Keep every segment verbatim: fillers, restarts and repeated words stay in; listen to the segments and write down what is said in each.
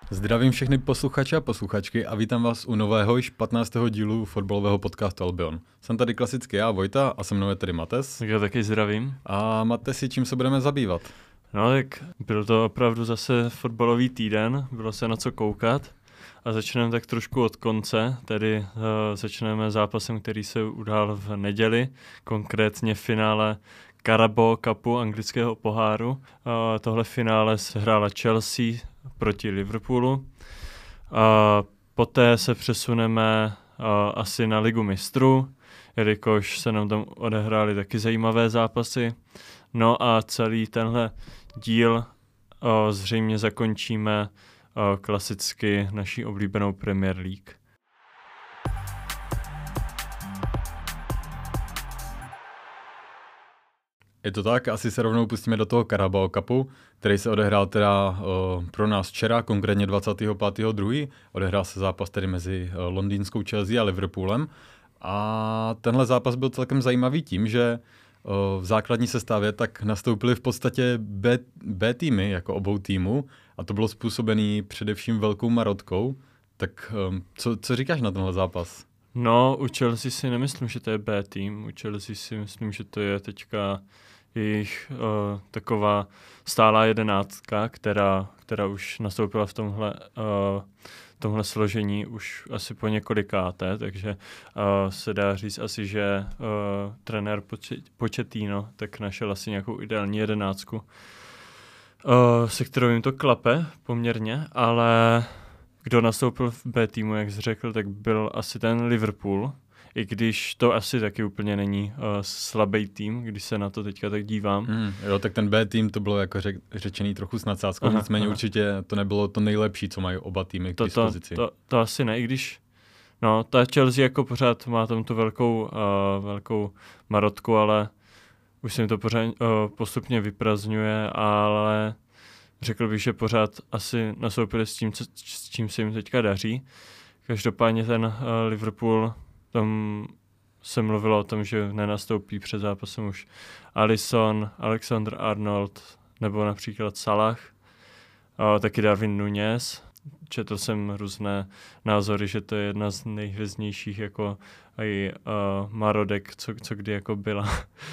Zdravím všechny posluchače a posluchačky a vítám vás u nového již patnáctého dílu fotbalového podcastu Albion. Jsem tady klasicky já, Vojta, a se mnou je tady Mates. Tak já taky zdravím. A Matesi, čím se budeme zabývat? No tak byl to opravdu zase fotbalový týden, bylo se na co koukat a začneme tak trošku od konce, tedy uh, začneme zápasem, který se udál v neděli, konkrétně v finále Carabao Cupu anglického poháru. Uh, tohle finále se hrála Chelsea proti Liverpoolu. A poté se přesuneme uh, asi na Ligu mistrů, jelikož se nám tam odehrály taky zajímavé zápasy. No a celý tenhle díl uh, zřejmě zakončíme uh, klasicky naší oblíbenou Premier League. Je to tak, asi se rovnou pustíme do toho Carabao Cupu, který se odehrál teda uh, pro nás včera, konkrétně dvacátého pátého druhého Odehrál se zápas tedy mezi uh, londýnskou Chelsea a Liverpoolem. A tenhle zápas byl celkem zajímavý tím, že uh, v základní sestavě tak nastoupili v podstatě B, B týmy, jako obou týmů, a to bylo způsobený především velkou marotkou. Tak um, co, co říkáš na tenhle zápas? No, u Chelsea si nemyslím, že to je B tým, u Chelsea si myslím, že to je teďka jejich uh, taková stálá jedenáctka, která, která už nastoupila v tomhle, uh, tomhle složení už asi po několikáté, takže uh, se dá říct asi, že uh, trenér Pochettino tak našel asi nějakou ideální jedenáctku, uh, se kterou jim to klape poměrně, ale kdo nastoupil v B týmu, jak jsi řekl, tak byl asi ten Liverpool, i když to asi taky úplně není uh, slabý tým, když se na to teďka tak dívám. Mm, jo, tak ten B tým to bylo jako řek, řečený trochu s nadsázkou, aha, nicméně aha. Určitě to nebylo to nejlepší, co mají oba týmy k dispozici. To, to, to asi ne, i když no, ta Chelsea jako pořád má tam tu velkou, uh, velkou marotku, ale už se jim to pořád uh, postupně vyprazňuje, ale řekl bych, že pořád asi nastoupili s tím, co, s čím se jim teďka daří. Každopádně ten uh, Liverpool, tam se mluvilo o tom, že nenastoupí před zápasem už Alisson, Alexander-Arnold nebo například Salah, uh, taky Darwin Núñez. Četl jsem různé názory, že to je jedna z nejhvězdnějších jako aj uh, marodek, co, co kdy jako byla.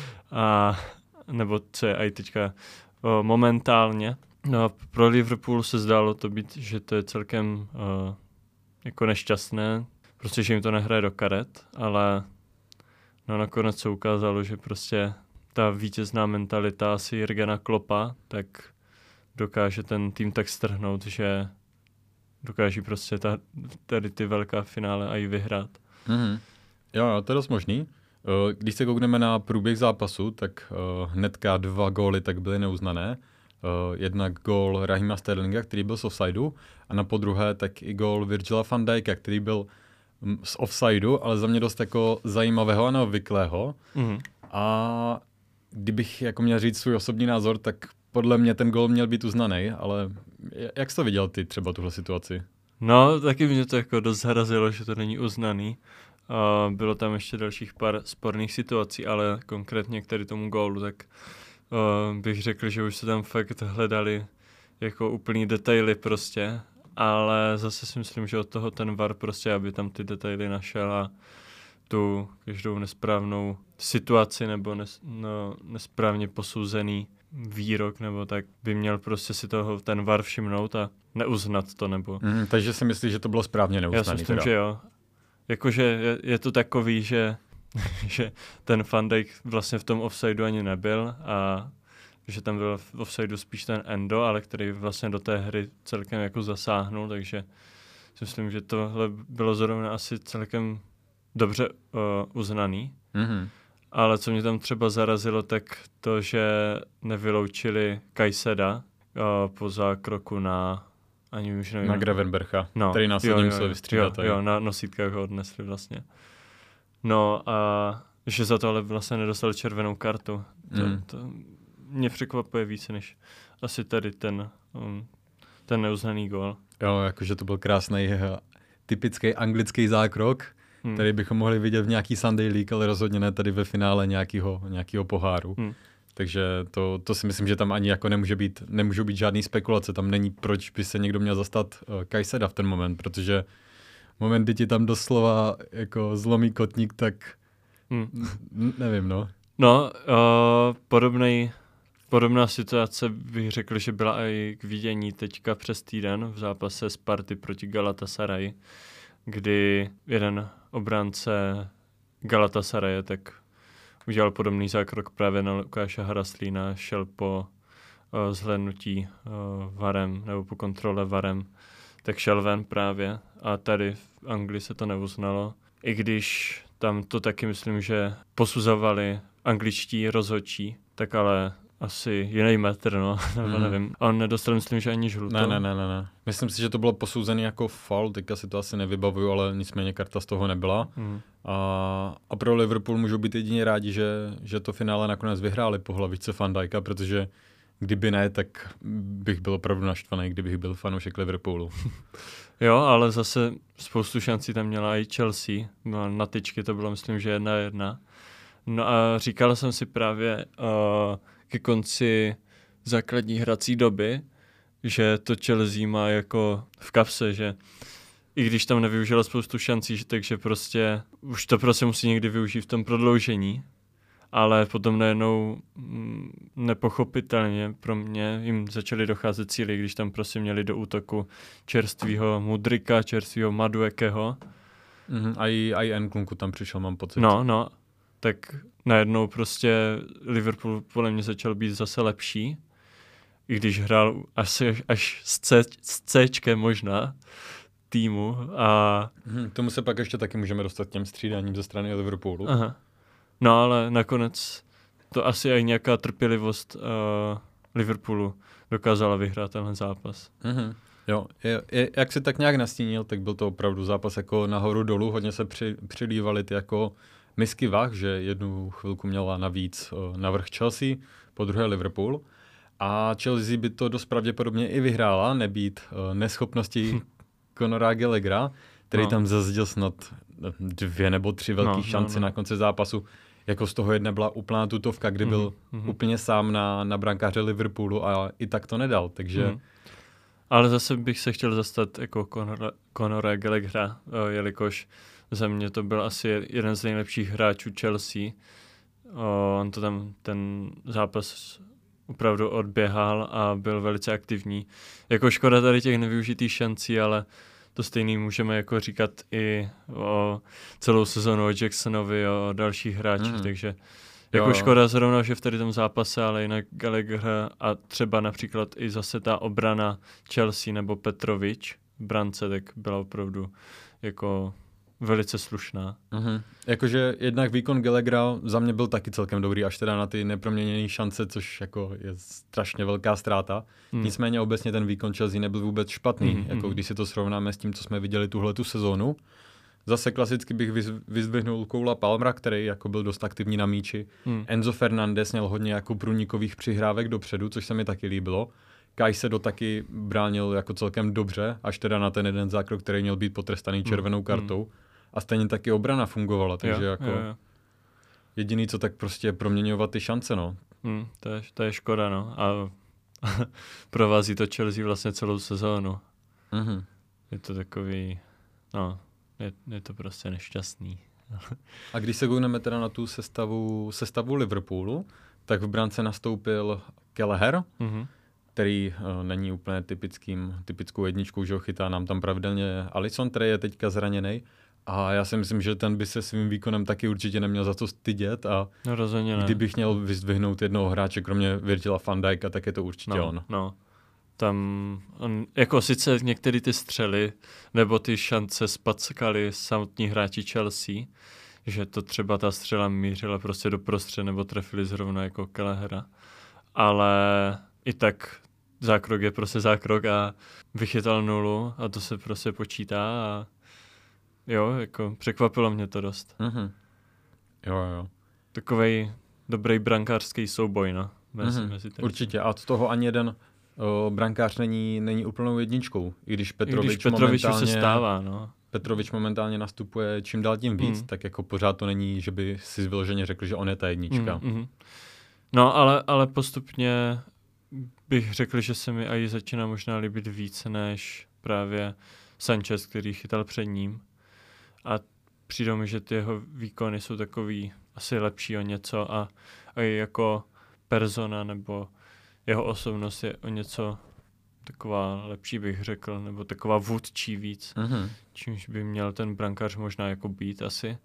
A, nebo co je aj teďka uh, momentálně. No a pro Liverpool se zdálo to být, že to je celkem uh, jako nešťastné, prostě, že jim to nehraje do karet, ale no nakonec se ukázalo, že prostě ta vítězná mentalita asi Jurgena Kloppa, tak dokáže ten tým tak strhnout, že dokáží prostě ta, tady ty velká finále i vyhrát. Mm-hmm. Jo, jo, to je dost možný. Když se koukneme na průběh zápasu, tak uh, hnedka dva góly tak byly neuznané. Uh, jednak gól Rahima Sterlinga, který byl z offsideu, a na podruhé tak i gól Virgila van Dijka, který byl m, z offsideu, ale za mě dost jako zajímavého a neobvyklého. Mm-hmm. A kdybych jako měl říct svůj osobní názor, tak podle mě ten gól měl být uznaný, ale jak jsi to viděl ty třeba tuhle situaci? No, taky mě to jako dost zarazilo, že to není uznaný. Uh, bylo tam ještě dalších pár sporných situací, ale konkrétně k tady tomu gólu, tak Uh, bych řekl, že už se tam fakt hledali jako úplný detaily prostě, ale zase si myslím, že od toho ten V A R prostě, aby tam ty detaily našel a tu každou nesprávnou situaci nebo nes, no, nesprávně posouzený výrok nebo tak by měl prostě si toho ten V A R všimnout a neuznat to nebo... Mm, takže si myslíš, že to bylo správně neuznaný? Já si myslím, teda. Že jo. Jakože je, je to takový, že že ten Van Dijk vlastně v tom offsideu ani nebyl a že tam byl v offsideu spíš ten Endo, ale který vlastně do té hry celkem jako zasáhnul, takže si myslím, že tohle bylo zrovna asi celkem dobře uh, uznaný. Mm-hmm. Ale co mě tam třeba zarazilo, tak to, že nevyloučili Kajseda uh, po zákroku na ani už nevím. Na Gravenbercha, no, který následně musel vystřídat. Jo, jo, na nosítkách ho odnesli vlastně. No a že za to ale vlastně nedostal červenou kartu. To, mm. to mě překvapuje více, než asi tady ten, um, ten neuznaný gól. Jo, jakože to byl krásný typický anglický zákrok, hmm. který bychom mohli vidět v nějaký Sunday League, ale rozhodně ne tady ve finále nějakého, nějakého poháru. Hmm. Takže to, to si myslím, že tam ani jako nemůže být, nemůžou být žádný spekulace. Tam není, proč by se někdo měl zastat uh, Cajceda v ten moment, protože moment, kdy ti tam doslova jako zlomí kotník, tak hmm. n- nevím, no. No, uh, podobnej, podobná situace bych řekl, že byla i k vidění teďka přes týden v zápase Sparty proti Galatasaray, kdy jeden obránce Galatasaraye tak udělal podobný zákrok právě na Lukáše Haraslína, šel po uh, zhlédnutí uh, varem nebo po kontrole varem, tak šel ven právě a tady v Anglii se to neuznalo. I když tam to taky myslím, že posuzovali angličtí rozhodčí, tak ale asi jiný metr, no, nebo nevím. Mm. On nedostal, myslím, že ani žlutou. Ne, ne, ne, ne, ne. Myslím si, že to bylo posouzené jako foul, teďka si to asi nevybavuju, ale nicméně karta z toho nebyla. Mm. A, a pro Liverpool můžou být jedině rádi, že, že to finále nakonec vyhráli po hlavičce Van Dijka, protože kdyby ne, tak bych byl opravdu naštvaný, kdybych byl fanoušek Liverpoolu. Jo, ale zase spoustu šancí tam měla i Chelsea. No, na tyčky to bylo, myslím, že jedna jedna. No a říkal jsem si právě uh, ke konci základní hrací doby, že to Chelsea má jako v kapse, že i když tam nevyužila spoustu šancí, takže prostě už to prostě musí někdy využít v tom prodloužení, ale potom najednou mm, nepochopitelně pro mě jim začaly docházet cíly, když tam prostě měli do útoku čerstvýho Mudryka, čerstvýho Maduekeho. Mm-hmm. A i, i Nkunku tam přišel, mám pocit. No, no, tak najednou prostě Liverpool podle mě začal být zase lepší, i když hrál asi až s, C, s Cčkem možná týmu. A... Hmm, tomu se pak ještě taky můžeme dostat těm střídáním ze strany Liverpoolu. Aha. No ale nakonec to asi i nějaká trpělivost uh, Liverpoolu dokázala vyhrát tenhle zápas. Mm-hmm. Jo, je, je, jak si tak nějak nastínil, tak byl to opravdu zápas jako nahoru dolů, hodně se při, přilívaly ty jako misky vah, že jednu chvilku měla navíc uh, navrch Chelsea, po druhé Liverpool. A Chelsea by to dost pravděpodobně i vyhrála, nebýt uh, neschopnosti Conora Gallaghera, který no. tam zazdil snad dvě nebo tři velké no, šance no, no. na konci zápasu. Jako z toho jedna byla úplná tutovka, kdy byl mm-hmm. úplně sám na, na brankáře Liverpoolu a i tak to nedal, takže... Mm. Ale zase bych se chtěl zastat jako Conora, Conora Gallaghera, jelikož za mě to byl asi jeden z nejlepších hráčů Chelsea. O, on to tam ten zápas opravdu odběhal a byl velice aktivní. Jako škoda tady těch nevyužitých šancí, ale to stejný můžeme jako říkat i o celou sezonu o Jacksonovi, o dalších hráčích, mm. takže jako jo. škoda zrovna, že v tady tom zápase, ale jinak Gallagher a třeba například i zase ta obrana Chelsea nebo Petrovič v brance, tak byla opravdu jako velice slušná. Mm-hmm. Jakože jednak výkon Gallaghera za mě byl taky celkem dobrý, až teda na ty neproměněné šance, což jako je strašně velká ztráta. Mm. Nicméně obecně ten výkon Chelsea nebyl vůbec špatný, mm, jako mm. když si to srovnáme s tím, co jsme viděli tuhletu sezónu. Zase klasicky bych vyzdvihnul Cola Palmera, který jako byl dost aktivní na míči. Mm. Enzo Fernandez měl hodně jako průnikových přihrávek dopředu, což se mi taky líbilo. Caicedo taky bránil jako celkem dobře, až teda na ten jeden zákrok, který měl být potrestaný červenou kartou. Mm. A stejně taky obrana fungovala, takže jo, jako jo, jo. jediný, co tak prostě proměňovat ty šance, no. Mm, to, je, to je škoda, no. A provází to Chelsea vlastně celou sezónu. Mm-hmm. Je to takový, no, je, je to prostě nešťastný. A když se koukneme teda na tu sestavu, sestavu Liverpoolu, tak v brance nastoupil Kelleher, mm-hmm. který uh, není úplně typickým, typickou jedničkou, že ho chytá nám tam pravidelně Alisson, který je teďka zraněný. A já si myslím, že ten by se svým výkonem taky určitě neměl za to stydět a no, rozhodně ne. Kdybych měl vyzdvihnout jednoho hráče, kromě Virgila van Dijka, tak je to určitě no, on. No, tam on, jako sice některé ty střely nebo ty šance spackali samotní hráči Chelsea, že to třeba ta střela mířila prostě do prostřed nebo trefili zrovna jako Kelehera, ale i tak zákrok je prostě zákrok a vychytal nulu a to se prostě počítá a jo, jako překvapilo mě to dost. Mm-hmm. Jo, jo. Takovej dobrý brankářský souboj, no. Mezi, mm-hmm. mezi Určitě. A z toho ani jeden o, brankář není, není úplnou jedničkou. I když Petrovič, I když Petrovič momentálně, se stává, no. Petrovič momentálně nastupuje čím dál tím víc, mm. tak jako pořád to není, že by si vyloženě řekl, že on je ta jednička. Mm, mm. No, ale, ale postupně bych řekl, že se mi i začíná možná líbit víc než právě Sanchez, který chytal před ním. A přijde mi, že ty jeho výkony jsou takový asi lepší o něco a, a i jako persona nebo jeho osobnost je o něco taková lepší, bych řekl, nebo taková vůdčí víc, mm-hmm. čímž by měl ten brankář možná jako být asi.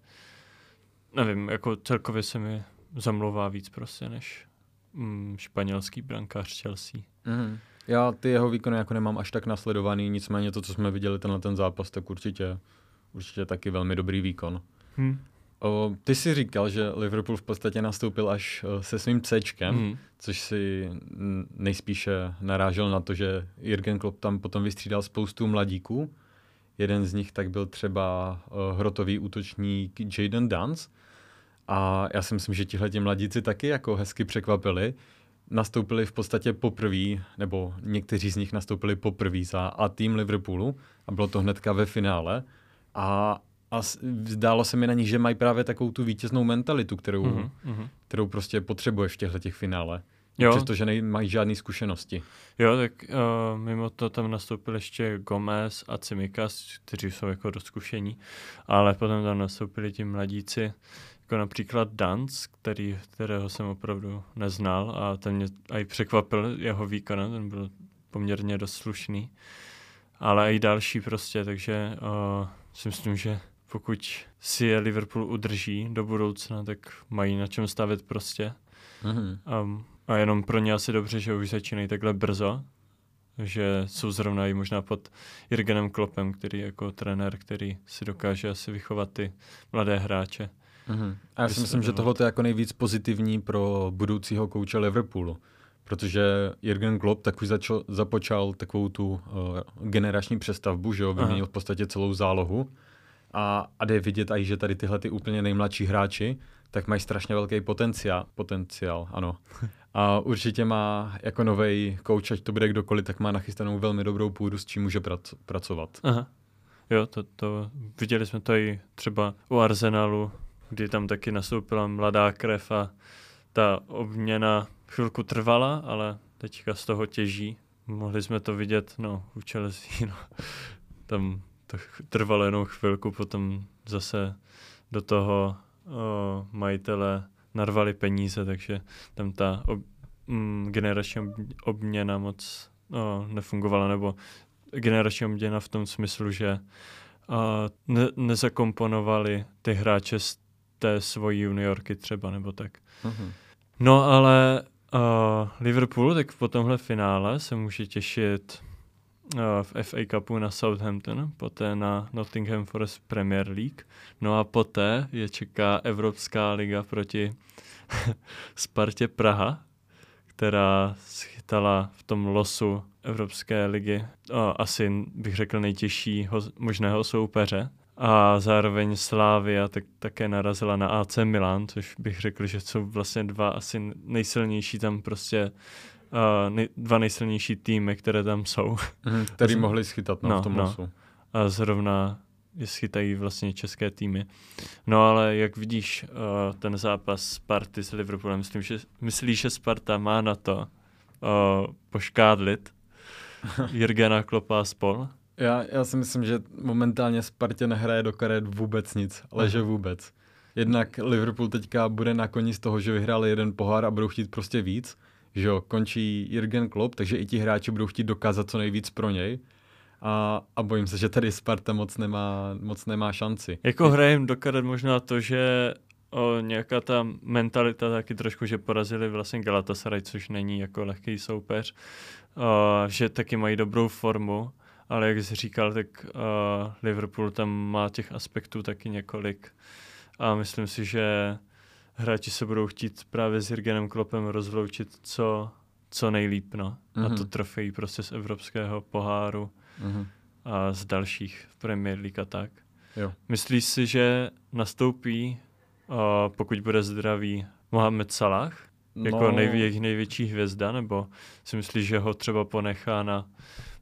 Nevím, jako celkově se mi zamlouvá víc prostě než mm, španělský brankář Chelsea. Mm-hmm. Já ty jeho výkony jako nemám až tak nasledovaný, nicméně to, co jsme viděli tenhle ten zápas, tak určitě, určitě taky velmi dobrý výkon. Hmm. O, ty jsi říkal, že Liverpool v podstatě nastoupil až se svým Cčkem, hmm. což si nejspíše narážel na to, že Jürgen Klopp tam potom vystřídal spoustu mladíků. Jeden z nich tak byl třeba uh, hrotový útočník Jadon Dance. A já si myslím, že tihleti mladíci taky jako hezky překvapili. Nastoupili v podstatě poprvé, nebo někteří z nich nastoupili poprvé za A tým Liverpoolu a bylo to hnedka ve finále. A, a zdálo se mi na nich, že mají právě takovou tu vítěznou mentalitu, kterou, mm-hmm. kterou prostě potřebuješ v těchto těch Jo. Přestože nemají žádné zkušenosti. Jo, tak uh, mimo to tam nastoupil ještě Gomez a Tsimikas, kteří jsou jako rozkušení, ale potom tam nastoupili ti mladíci, jako například Dance, který, kterého jsem opravdu neznal a ten mě i překvapil jeho výkon, ten byl poměrně dost slušný, ale i další prostě, takže uh, si myslím, že pokud si je Liverpool udrží do budoucna, tak mají na čem stavět prostě. Mm-hmm. Um, A jenom pro ně asi dobře, že už začínají takhle brzo, že jsou zrovna i možná pod Jürgenem Kloppem, který je jako trenér, který si dokáže asi vychovat ty mladé hráče. Mm-hmm. A já si myslím, že tohle je jako nejvíc pozitivní pro budoucího kouče Liverpoolu, protože Jürgen Klopp tak už začal, započal takovou tu uh, generační přestavbu, že jo, vyměnil v podstatě celou zálohu a, a jde vidět i, že tady tyhle ty úplně nejmladší hráči tak mají strašně velký potenciál, potenciál, ano. A určitě má jako novej kouč, ať to bude kdokoliv, tak má nachystanou velmi dobrou půdu, s čím může prac- pracovat. Aha. Jo, to, to viděli jsme to i třeba u Arsenalu, kdy tam taky nastoupila mladá krev a ta obměna chvilku trvala, ale teďka z toho těží. Mohli jsme to vidět, no, u Chelsea, no. Tam to trvalo jenom chvilku, potom zase do toho o, majitele narvali peníze, takže tam ta ob, mm, generační obměna moc o, nefungovala, nebo generační obměna v tom smyslu, že o, ne, nezakomponovali ty hráče z té svojí juniorky třeba, nebo tak. Mm-hmm. No ale o, Liverpool tak po tomhle finále se může těšit v F A Cupu na Southampton, poté na Nottingham Forest Premier League, no a poté je čeká Evropská liga proti Spartě Praha, která schytala v tom losu Evropské ligy o, asi bych řekl nejtěžšího možného soupeře a zároveň Slavia tak, také narazila na A C Milan, což bych řekl, že jsou vlastně dva asi nejsilnější tam prostě Uh, nej, dva nejsilnější týmy, které tam jsou. Mm, který mohli schytat no, no, v tom losu. No. A zrovna je schytají vlastně české týmy. No ale jak vidíš uh, ten zápas Sparty s Liverpoolem, myslím, že, myslíš, že Sparta má na to uh, poškádlit Jürgena Kloppa a spol? Já, já si myslím, že momentálně Spartě nehraje do karet vůbec nic, ale uh-huh. že vůbec. Jednak Liverpool teďka bude na koni z toho, že vyhráli jeden pohár a budou chtít prostě víc, že jo, končí Jürgen Klopp, takže i ti hráči budou chtít dokázat co nejvíc pro něj a, a bojím se, že tady Sparta moc nemá, moc nemá šanci. Jako hrajem do karet možná to, že o, nějaká ta mentalita taky trošku, že porazili vlastně Galatasaray, což není jako lehký soupeř, o, že taky mají dobrou formu, ale jak jsi říkal, tak o, Liverpool tam má těch aspektů taky několik a myslím si, že hráči se budou chtít právě s Jürgenem Kloppem rozloučit co, co nejlíp, no. Mm-hmm. A to trofejí prostě z evropského poháru mm-hmm. a z dalších Premier League a tak. Jo. Myslíš si, že nastoupí, uh, pokud bude zdravý, Mohamed Salah jako no. nejvě- největší hvězda, nebo si myslíš, že ho třeba ponechá na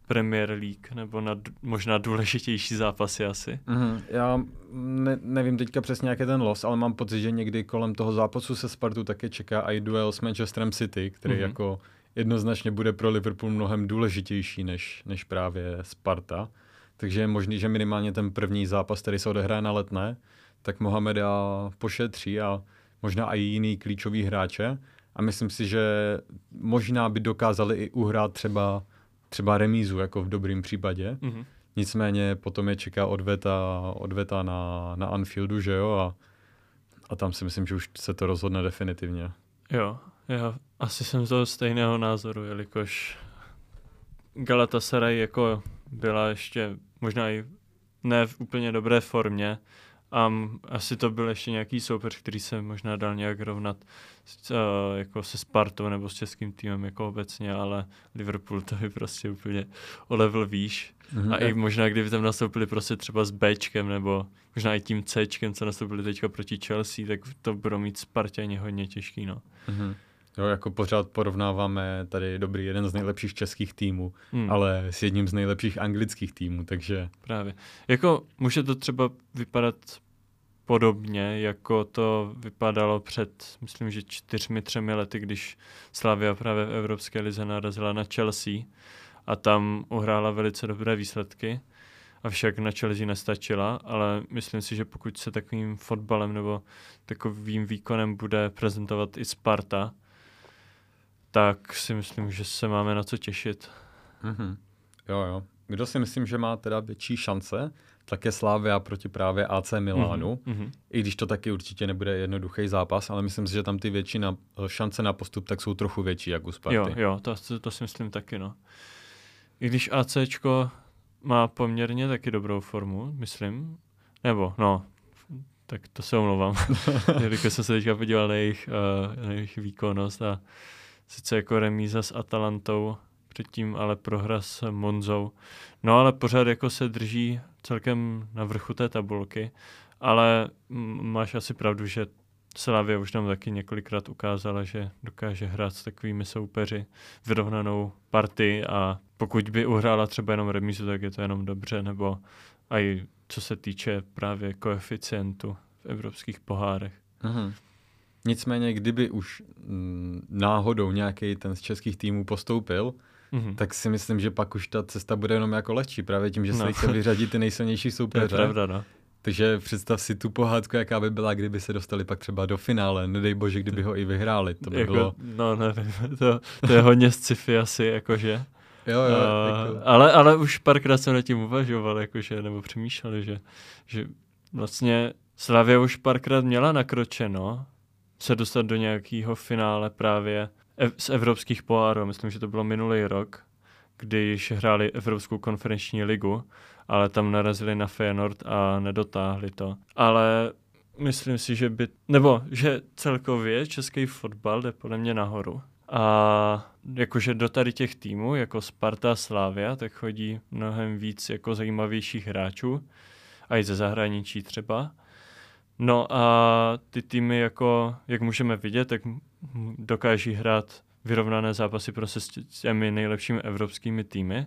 Premier League, nebo na d- možná důležitější zápasy asi. Mm-hmm. Já ne, nevím teďka přesně, jak je ten los, ale mám pocit, že někdy kolem toho zápasu se Spartou také čeká i duel s Manchesterem City, který mm-hmm. jako jednoznačně bude pro Liverpool mnohem důležitější než, než právě Sparta. Takže je možný, že minimálně ten první zápas, který se odehraje na Letné, tak Mohameda pošetří a možná i jiný klíčový hráče. A myslím si, že možná by dokázali i uhrát třeba, třeba remízu, jako v dobrým případě. Mm-hmm. Nicméně potom je čeká odveta, odveta na, na Anfieldu, že jo? A, a tam si myslím, že už se to rozhodne definitivně. Jo, já asi jsem z toho stejného názoru, jelikož Galatasaray jako byla ještě možná i ne v úplně dobré formě a asi to byl ještě nějaký soupeř, který se možná dal nějak rovnat s, uh, jako se Spartou nebo s českým týmem jako obecně, ale Liverpool to je prostě úplně o level výš. Mm-hmm. A i možná, kdyby tam nastoupili prostě třeba s Bčkem nebo možná i tím Cčkem, co nastoupili teďka proti Chelsea, tak to budou mít Spartěni hodně těžký, no. Mm-hmm. Jo, jako pořád porovnáváme tady dobrý jeden z nejlepších českých týmů, hmm. ale s jedním z nejlepších anglických týmů, takže... Právě. Jako může to třeba vypadat podobně, jako to vypadalo před, myslím, že čtyřmi, třemi lety, když Slavia právě v Evropské lize narazila na Chelsea a tam uhrála velice dobré výsledky, avšak na Chelsea nestačila, ale myslím si, že pokud se takovým fotbalem nebo takovým výkonem bude prezentovat i Sparta, tak si myslím, že se máme na co těšit. Mm-hmm. Jo, jo. Kdo si myslím, že má teda větší šance, tak je Slavia proti právě A C Milánu. Mm-hmm. I když to taky určitě nebude jednoduchý zápas, ale myslím si, že tam ty větší na, šance na postup tak jsou trochu větší, jak u Sparty. Jo, jo, to, to, to si myslím taky, no. I když ACčko má poměrně taky dobrou formu, myslím. Nebo, no, tak to se omlouvám. Jelikož jsem se teďka podíval na jejich, uh, na jejich výkonnost a sice jako remíza s Atalantou, předtím ale prohra s Monzou. No ale pořád jako se drží celkem na vrchu té tabulky, ale m- máš asi pravdu, že Slavia už nám taky několikrát ukázala, že dokáže hrát s takovými soupeři vyrovnanou partii a pokud by uhrála třeba jenom remízu, tak je to jenom dobře, nebo i co se týče právě koeficientu v evropských pohárech. Mhm. Nicméně, kdyby už m, náhodou nějaký ten z českých týmů postoupil, mm-hmm. tak si myslím, že pak už ta cesta bude jenom jako lehčí, právě tím, že se no. vyřadí ty nejsilnější soupeře. To je pravda, no. Takže představ si tu pohádku, jaká by byla, kdyby se dostali pak třeba do finále. Nedej bože, kdyby ho i vyhráli. To by jako, bylo... No nevím, to, to je hodně sci-fi asi, jakože. Jo, jo, uh, jako... ale, ale už párkrát jsem nad tím uvažoval, jakože, nebo přemýšlel, že, že vlastně Slavia už párkrát měla nakročeno se dostat do nějakého finále právě ev- z evropských pohárů. Myslím, že to bylo minulý rok, když hráli Evropskou konferenční ligu, ale tam narazili na Feyenoord a nedotáhli to. Ale myslím si, že by, nebo že celkově český fotbal jde podle mě nahoru. A jakože do tady těch týmů, jako Sparta, Slavia, tak chodí mnohem víc jako zajímavějších hráčů, a i ze zahraničí třeba. No a ty týmy, jako, jak můžeme vidět, tak dokáží hrát vyrovnané zápasy prostě s těmi nejlepšími evropskými týmy.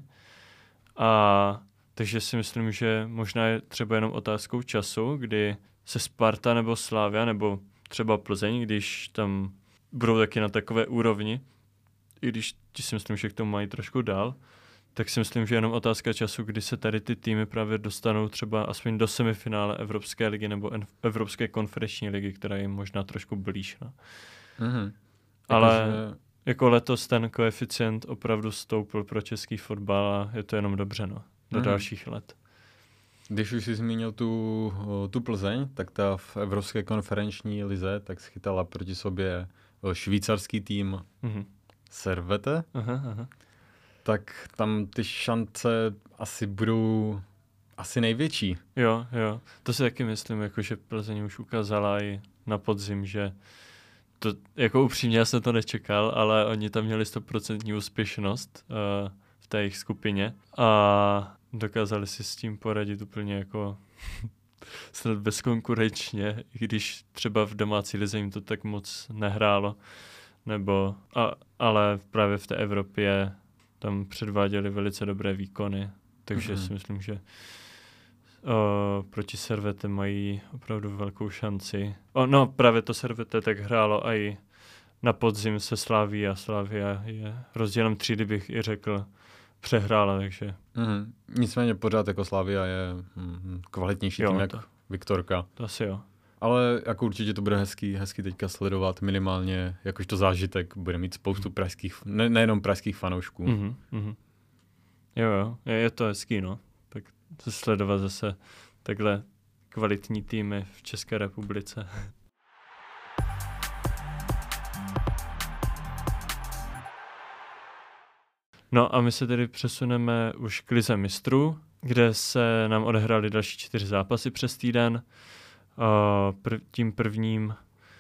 A takže si myslím, že možná je třeba jenom otázkou času, kdy se Sparta nebo Slavia nebo třeba Plzeň, když tam budou taky na takové úrovni, i když ti si myslím, že k tomu mají trošku dál, tak si myslím, že je jenom otázka času, kdy se tady ty týmy právě dostanou třeba aspoň do semifinále Evropské ligy nebo Evropské konferenční ligy, která je možná trošku blíž. No. Mm-hmm. Ale že... jako letos ten koeficient opravdu stoupl pro český fotbal a je to jenom dobře, no, do mm-hmm. dalších let. Když už jsi zmínil tu, tu Plzeň, tak ta v Evropské konferenční lize tak schytala proti sobě švýcarský tým mm-hmm. Servette. Aha, aha. Tak tam ty šance asi budou asi největší. Jo, jo. To si taky myslím, jako že Plzeň už ukázala i na podzim, že to, jako upřímně já jsem to nečekal, ale oni tam měli sto procent úspěšnost uh, v té jejich skupině a dokázali si s tím poradit úplně jako snad bezkonkurenčně, i když třeba v domácí lize jim to tak moc nehrálo, nebo, a, ale právě v té Evropě tam předváděli velice dobré výkony, takže mm-hmm. si myslím, že uh, proti Servette mají opravdu velkou šanci. O, no právě to Servette tak hrálo i na podzim se Slaví a Slavia je rozdílem třídy, bych i řekl, přehrála, takže... Mm-hmm. Nicméně pořád jako Slavia je mm, kvalitnější jo, tým jak to, Viktorka. To asi jo. Ale jako určitě to bude hezký, hezký teďka sledovat minimálně, jakožto zážitek, bude mít spoustu mm. pražských, ne, nejenom pražských fanoušků. Mm-hmm, mm-hmm. Jo, jo, je, je to hezký, no. Tak se sledovat zase takhle kvalitní týmy v České republice. No a my se tedy přesuneme už k Lize mistrů, kde se nám odehrály další čtyři zápasy přes týden. Prv, tím prvním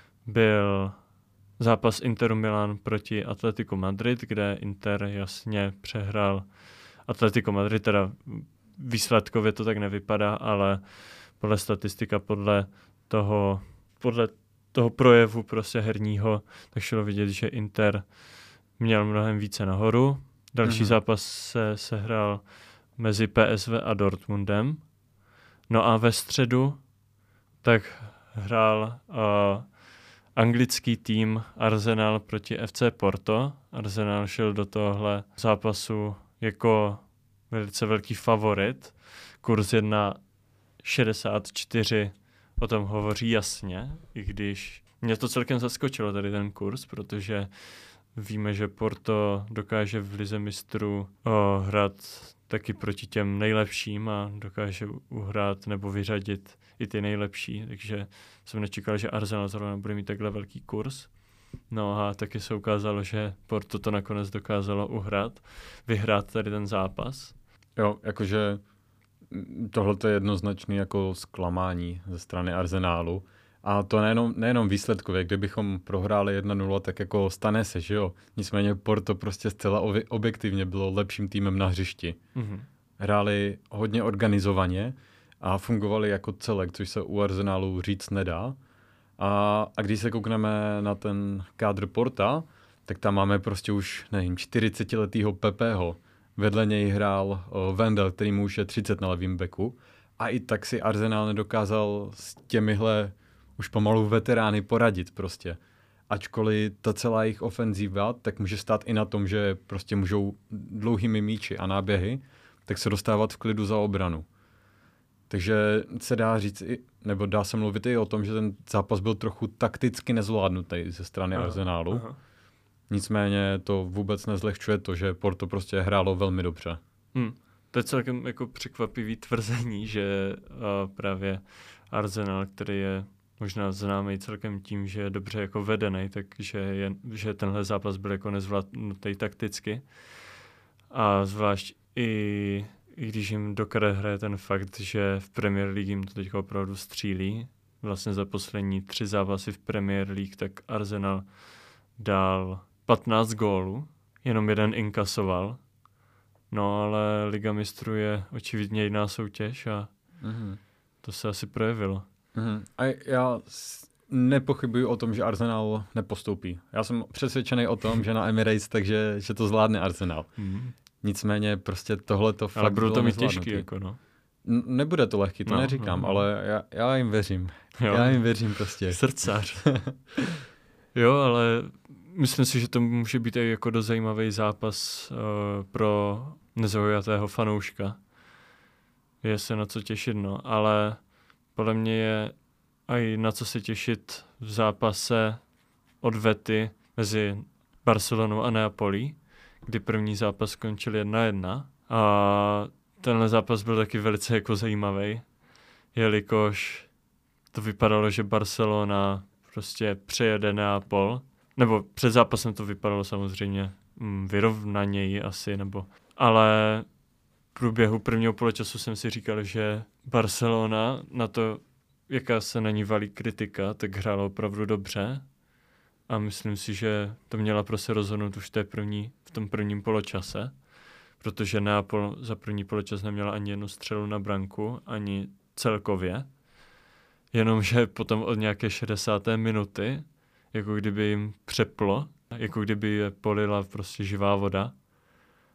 byl zápas Interu Milan proti Atletico Madrid, kde Inter jasně přehrál Atletico Madrid, teda výsledkově to tak nevypadá, ale podle statistika, podle toho, podle toho projevu prostě herního, tak šlo vidět, že Inter měl mnohem více nahoru. Další mm-hmm. zápas se sehrál mezi P S V a Dortmundem. No a ve středu tak hrál uh, anglický tým Arsenal proti F C Porto. Arsenal šel do tohle zápasu jako velice velký favorit. Kurz jedna šedesát čtyři o tom hovoří jasně, i když mě to celkem zaskočilo tady ten kurz, protože víme, že Porto dokáže v Lize mistrů oh, hrát taky proti těm nejlepším a dokáže uhrát nebo vyřadit i ty nejlepší, takže jsem nečekal, že Arsenal zrovna bude mít takhle velký kurz. No a taky se ukázalo, že Porto to nakonec dokázalo uhrát, vyhrát tady ten zápas. Jo, jakože tohle je jednoznačný jako zklamání ze strany Arsenálu. A to nejenom, nejenom výsledkově, kdybychom prohráli jedna nula, tak jako stane se, že jo. Nicméně Porto prostě zcela objektivně bylo lepším týmem na hřišti. Mm-hmm. Hráli hodně organizovaně a fungovali jako celek, což se u Arsenálu říct nedá. A, a když se koukneme na ten kádr Porta, tak tam máme prostě už, nevím, čtyřicetiletýho Pepeho. Vedle něj hrál o, Wendel, který mu už je třicet na levým beku. A i tak si Arsenal nedokázal s těmihle už pomalu veterány poradit prostě. Ačkoliv ta celá jejich ofenzíva, tak může stát i na tom, že prostě můžou dlouhými míči a náběhy, tak se dostávat v klidu za obranu. Takže se dá říct, nebo dá se mluvit i o tom, že ten zápas byl trochu takticky nezvládnutý ze strany aha, Arsenálu. Aha. Nicméně to vůbec nezlehčuje to, že Porto prostě hrálo velmi dobře. Hmm. To je celkem jako překvapivý tvrzení, že uh, právě Arsenal, který je možná známý celkem tím, že je dobře jako vedený, takže je, že tenhle zápas byl jako nezvládnutý takticky. A zvlášť i, i když jim do karet hraje ten fakt, že v Premier League jim to teď opravdu střílí. Vlastně za poslední tři zápasy v Premier League, tak Arsenal dal patnáct gólů, jenom jeden inkasoval. No ale Liga mistrů je očividně jiná soutěž a mm-hmm. to se asi projevilo. Mm-hmm. A já nepochybuji o tom, že Arsenal nepostoupí. Já jsem přesvědčený o tom, že na Emirates, takže že to zvládne Arsenal. Mm-hmm. Nicméně prostě tohle to fakt ale budou to mít nezvládnutý. těžký, jako no. N- nebude to lehký, to no, neříkám, no, no. ale já, já jim věřím. Jo. Já jim věřím prostě. Srdcař. Jo, ale myslím si, že to může být i jako dost zajímavý zápas uh, pro nezaujatého fanouška. Je se na co těšit, no, ale podle mě je i na co se těšit v zápase odvety mezi Barcelonou a Neapolí, kdy první zápas skončil jedna jedna. A tenhle zápas byl taky velice jako zajímavý, jelikož to vypadalo, že Barcelona prostě přejede Neapol. Nebo před zápasem to vypadalo samozřejmě mm, vyrovnaněji asi, nebo... Ale v průběhu prvního poločasu jsem si říkal, že Barcelona na to, jaká se na ní valí kritika, tak hrála opravdu dobře. A myslím si, že to měla prostě rozhodnout už té první, v tom prvním poločase, protože Neapol za první poločas neměla ani jednu střelu na branku, ani celkově. Jenomže potom od nějaké šedesáté minuty, jako kdyby jim přeplo, jako kdyby je polila prostě živá voda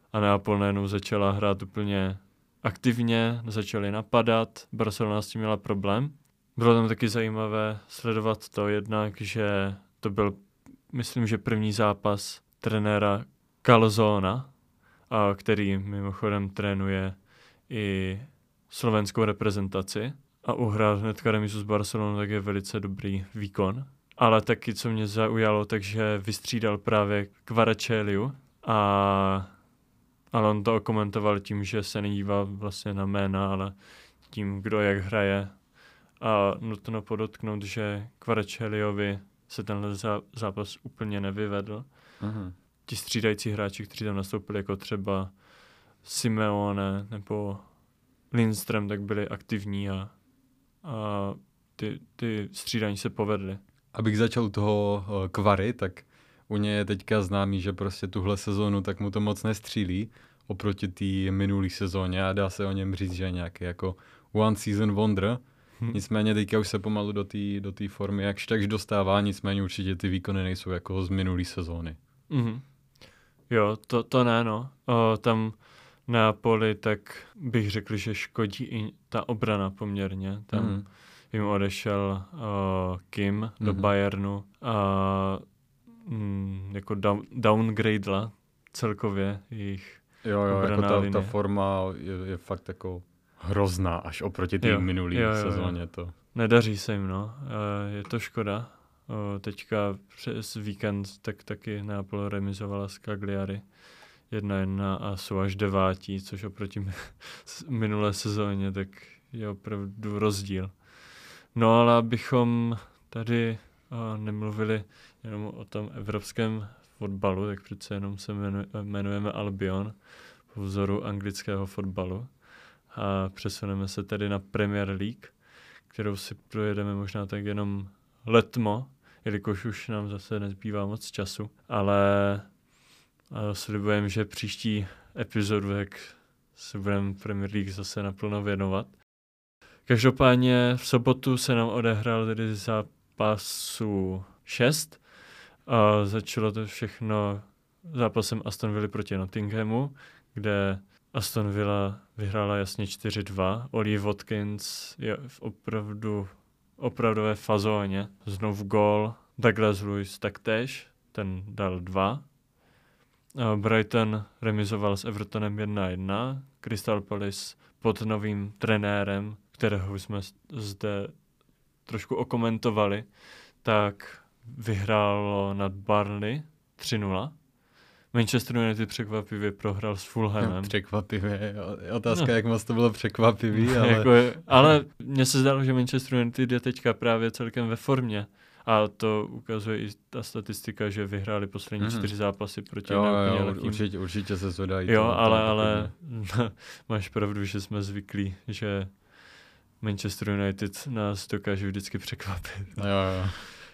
a Neapol najednou začala hrát úplně aktivně, začali napadat, Barcelona s tím měla problém. Bylo tam taky zajímavé sledovat to jednak, že to byl, myslím, že první zápas trenéra Calzona, a který mimochodem trénuje i slovenskou reprezentaci a uhrál hnedka remisu s Barcelonou, tak je velice dobrý výkon. Ale taky, co mě zaujalo, takže vystřídal právě Kvaratskhelia a ale on to okomentoval tím, že se nedívá vlastně na jména, ale tím, kdo jak hraje. A nutno podotknout, že Kvaratskheliovi se tenhle zá, zápas úplně nevyvedl. Uh-huh. Ti střídající hráči, kteří tam nastoupili, jako třeba Simeone nebo Lindström, tak byli aktivní a, a ty, ty střídání se povedly. Abych začal u toho uh, Kvary, tak u něj je teďka známý, že prostě tuhle sezónu tak mu to moc nestřílí oproti té minulé sezóně a dá se o něm říct, že je nějaký jako one season wonder. Hmm. Nicméně teďka už se pomalu do té do té formy jakž takž dostává, nicméně určitě ty výkony nejsou jako z minulé sezóny. Mm-hmm. Jo, to, to ne, no. O, tam na poli, tak bych řekl, že škodí i ta obrana poměrně. Tam mm. jim odešel o, Kim mm-hmm. do Bayernu a mm, jako down, downgradela celkově jejich Jo, jo, obraná jako ta, linie. ta forma je, je fakt jako hrozná až oproti té minulé sezóně. To. Nedaří se jim, no. E, je to škoda. O, teďka přes víkend tak taky Neapol remizovala s Cagliari jedna jedna a jsou až devátí, což oproti minulé sezóně tak je opravdu rozdíl. No ale abychom tady o, nemluvili jenom o tom evropském fotbalu, tak přece jenom se jmenuje, jmenujeme Albion po vzoru anglického fotbalu a přesuneme se tedy na Premier League, kterou si projedeme možná tak jenom letmo, jelikož už nám zase nezbývá moc času, ale slibujeme, že příští epizodu, jak se budeme Premier League zase naplno věnovat. Každopádně v sobotu se nám odehrál tedy zápasu šest a začalo to všechno zápasem Aston Villa proti Nottinghamu, kde Aston Villa vyhrála jasně čtyři dva. Oli Watkins je v opravdu opravdové fazóně. Znovu gól. Douglas Luiz taktéž, ten dal dva. Brighton remizoval s Evertonem jedna jedna. Crystal Palace pod novým trenérem, kterého jsme zde trošku okomentovali, tak vyhrálo nad Burnley tři nula. Manchester United překvapivě prohrál s Fulhamem. Překvapivě, je otázka, no. Jak moc to bylo překvapivý, ale... jako je, ale mně se zdálo, že Manchester United je teďka právě celkem ve formě. A to ukazuje i ta statistika, že vyhráli poslední mm-hmm. čtyři zápasy proti jo, neúplně jo, lehkým. určitě, určitě se zvedají. Jo, to, ale, ale máš pravdu, že jsme zvyklí, že Manchester United nás dokáže vždycky překvapit. Jo, jo.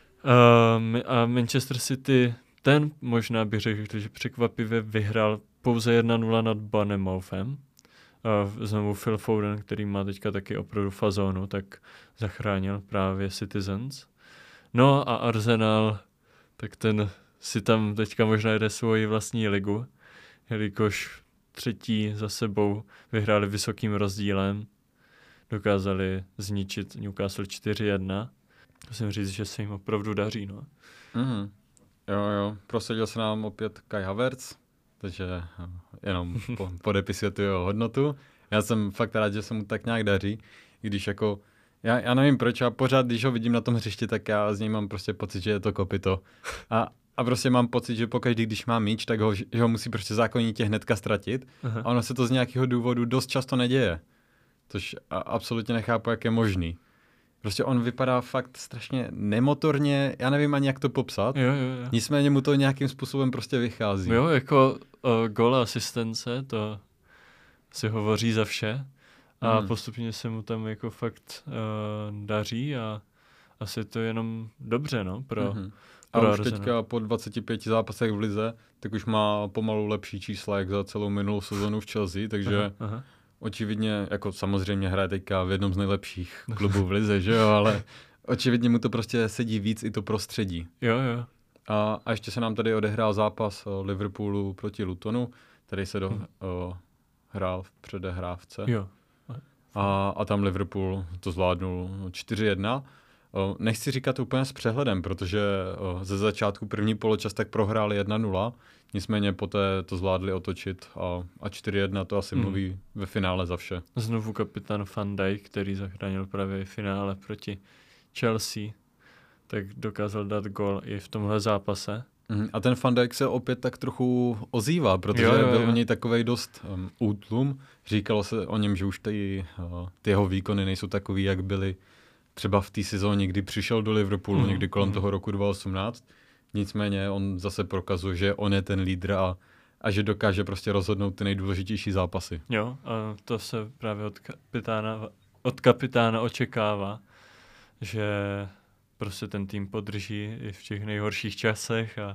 Um, a Manchester City, ten možná bych řekl, že překvapivě vyhrál pouze jedna nula nad Bournemouthem. Uh, znovu Phil Foden, který má teďka taky opravdu fazónu, tak zachránil právě Citizens. No a Arsenal, tak ten si tam teďka možná jede svoji vlastní ligu, jelikož třetí za sebou vyhráli vysokým rozdílem, dokázali zničit Newcastle čtyři jedna. Musím říct, že se jim opravdu daří, no. Mm-hmm. Jo, jo, prosadil se nám opět Kai Havertz, takže jenom po, podepisuje tu jeho hodnotu. Já jsem fakt rád, že se mu tak nějak daří, i když jako, já, já nevím proč, a pořád, když ho vidím na tom hřišti, tak já z něj mám prostě pocit, že je to kopyto. A, a prostě mám pocit, že pokaždý, když má míč, tak ho, že ho musí prostě zákonitě hnedka ztratit. Aha. A ono se to z nějakého důvodu dost často neděje. Což a, absolutně nechápu, jak je možný. Prostě on vypadá fakt strašně nemotorně, já nevím ani, jak to popsat. Jo, jo, jo. Nicméně mu to nějakým způsobem prostě vychází. Jo, jako uh, gól a asistence, to si hovoří za vše. A hmm. postupně se mu tam jako fakt uh, daří a asi to je jenom dobře, no, pro, hmm. pro A už Arsenal. teďka po dvaceti pěti zápasech v lize, tak už má pomalu lepší čísla, jak za celou minulou sezonu v Chelsea, takže aha, aha. očividně, jako samozřejmě hraje teďka v jednom z nejlepších klubů v lize, že jo, ale očividně mu to prostě sedí víc i to prostředí. Jo, jo. A, a ještě se nám tady odehrál zápas Liverpoolu proti Lutonu, který se do, Hmm. uh, hrál v předehrávce. Jo. A, a tam Liverpool to zvládnul čtyři jedna. Uh, nechci říkat úplně s přehledem, protože uh, ze začátku první poločas tak prohráli jedna nula, nicméně poté to zvládli otočit a, a čtyři jedna to asi Hmm. mluví ve finále za vše. Znovu kapitán Van Dijk, který zachránil právě finále proti Chelsea, tak dokázal dát gól i v tomhle zápase. Mm, A ten Van Dijk se opět tak trochu ozývá, protože Jo, jo, byl jo. u něj takovej dost um, útlum. Říkalo se o něm, že už ty, uh, ty jeho výkony nejsou takový, jak byly třeba v té sezóně, kdy přišel do Liverpoolu, Mm, někdy kolem mm. toho roku dva tisíce osmnáct. Nicméně on zase prokazuje, že on je ten lídr a, a že dokáže prostě rozhodnout ty nejdůležitější zápasy. Jo, a to se právě od kapitána, od kapitána očekává, že prostě ten tým podrží i v těch nejhorších časech a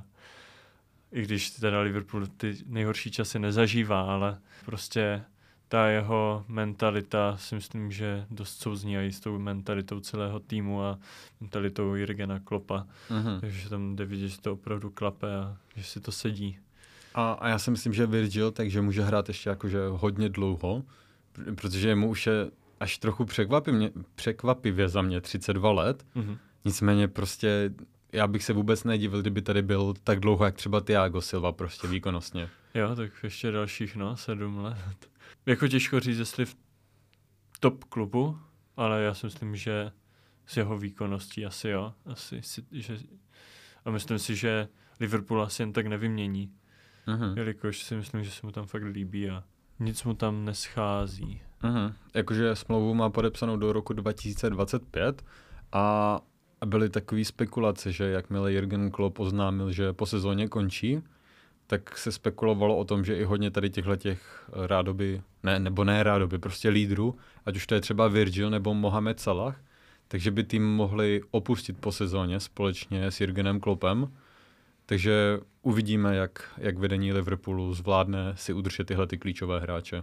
i když teda Liverpool ty nejhorší časy nezažívá, ale prostě ta jeho mentalita si myslím, že dost souzní i s tou mentalitou celého týmu a mentalitou Jurgena Kloppa. Mhm. Takže tam jde vidět, že to opravdu klape a že si to sedí. A, a já si myslím, že Virgil, takže může hrát ještě jakože hodně dlouho, pr- protože mu už je až trochu překvapivě, překvapivě za mě třicet dva let. Mhm. Nicméně prostě já bych se vůbec nedivil, kdyby tady byl tak dlouho, jak třeba Thiago Silva prostě výkonnostně. Jo, tak ještě dalších, no, sedm let. Jako těžko říct, jestli v top klubu, ale já si myslím, že s jeho výkonností asi jo. Asi, si, že, a myslím si, že Liverpool asi jen tak nevymění, Mhm. jelikož si myslím, že se mu tam fakt líbí a nic mu tam neschází. Mhm. Jakože smlouvu má podepsanou do roku dva tisíce dvacet pět a a byly takové spekulace, že jakmile Jurgen Klopp oznámil, že po sezóně končí, tak se spekulovalo o tom, že i hodně tady těchto těch rádoby, ne, nebo ne rádoby, prostě lídrů, ať už to je třeba Virgil nebo Mohamed Salah, takže by tým mohli opustit po sezóně společně s Jurgenem Kloppem. Takže uvidíme, jak, jak vedení Liverpoolu zvládne si udržet tyhle ty klíčové hráče.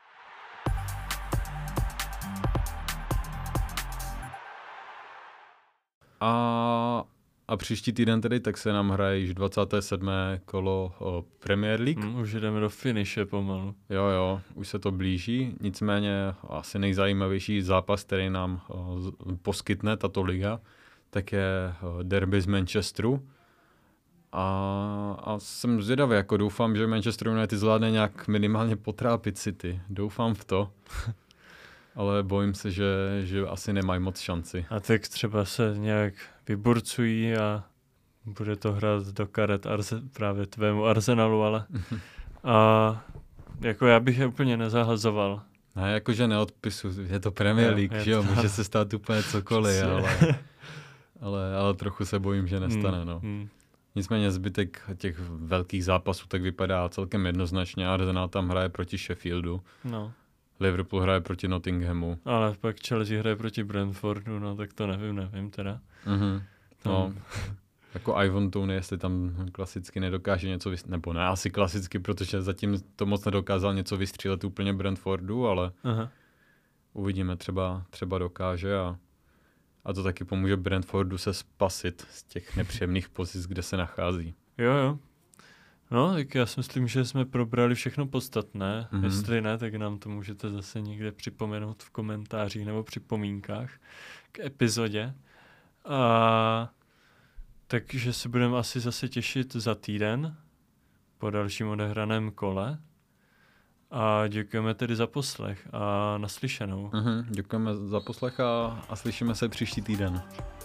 A, a příští týden tedy tak se nám hraje již dvacáté sedmé kolo o Premier League. Hmm, už jdeme do finiše pomalu. Jo, jo, už se to blíží, nicméně asi nejzajímavější zápas, který nám o, z, poskytne tato liga, tak je o, derby z Manchesteru. A, a jsem zvědavý, jako doufám, že Manchester United zvládne nějak minimálně potrápit City. Doufám v to. Ale bojím se, že, že asi nemají moc šanci. A tak třeba se nějak vyburcují a bude to hrát do karet Arze, právě tvému Arsenalu, ale a jako já bych je úplně nezahazoval. A jakože neodpisu, je to Premier League, je že jo, to- může se stát úplně cokoliv, Přesně. ale, ale, ale trochu se bojím, že nestane, no. Hmm, hmm. Nicméně zbytek těch velkých zápasů tak vypadá celkem jednoznačně. Arsenal tam hraje proti Sheffieldu, No, Liverpool hraje proti Nottinghamu. ale pak Chelsea hraje proti Brentfordu, no tak to nevím, nevím teda. Mhm. No, Tam- jako Ivan Toney, jestli tam klasicky nedokáže něco vystřílet, nebo ne asi klasicky, protože zatím to moc nedokázal něco vystřílet úplně Brentfordu, ale Aha. uvidíme, třeba, třeba dokáže a, a to taky pomůže Brentfordu se spasit z těch nepříjemných pozic, kde se nachází. Jo, jo. No, tak já si myslím, že jsme probrali všechno podstatné. Mhm. Mm-hmm. Jestli ne, tak nám to můžete zase někde připomenout v komentářích nebo připomínkách k epizodě. A takže se budeme asi zase těšit za týden po dalším odehraném kole. A děkujeme tedy za poslech a naslyšenou. Mhm, děkujeme za poslech a, a slyšíme se příští týden.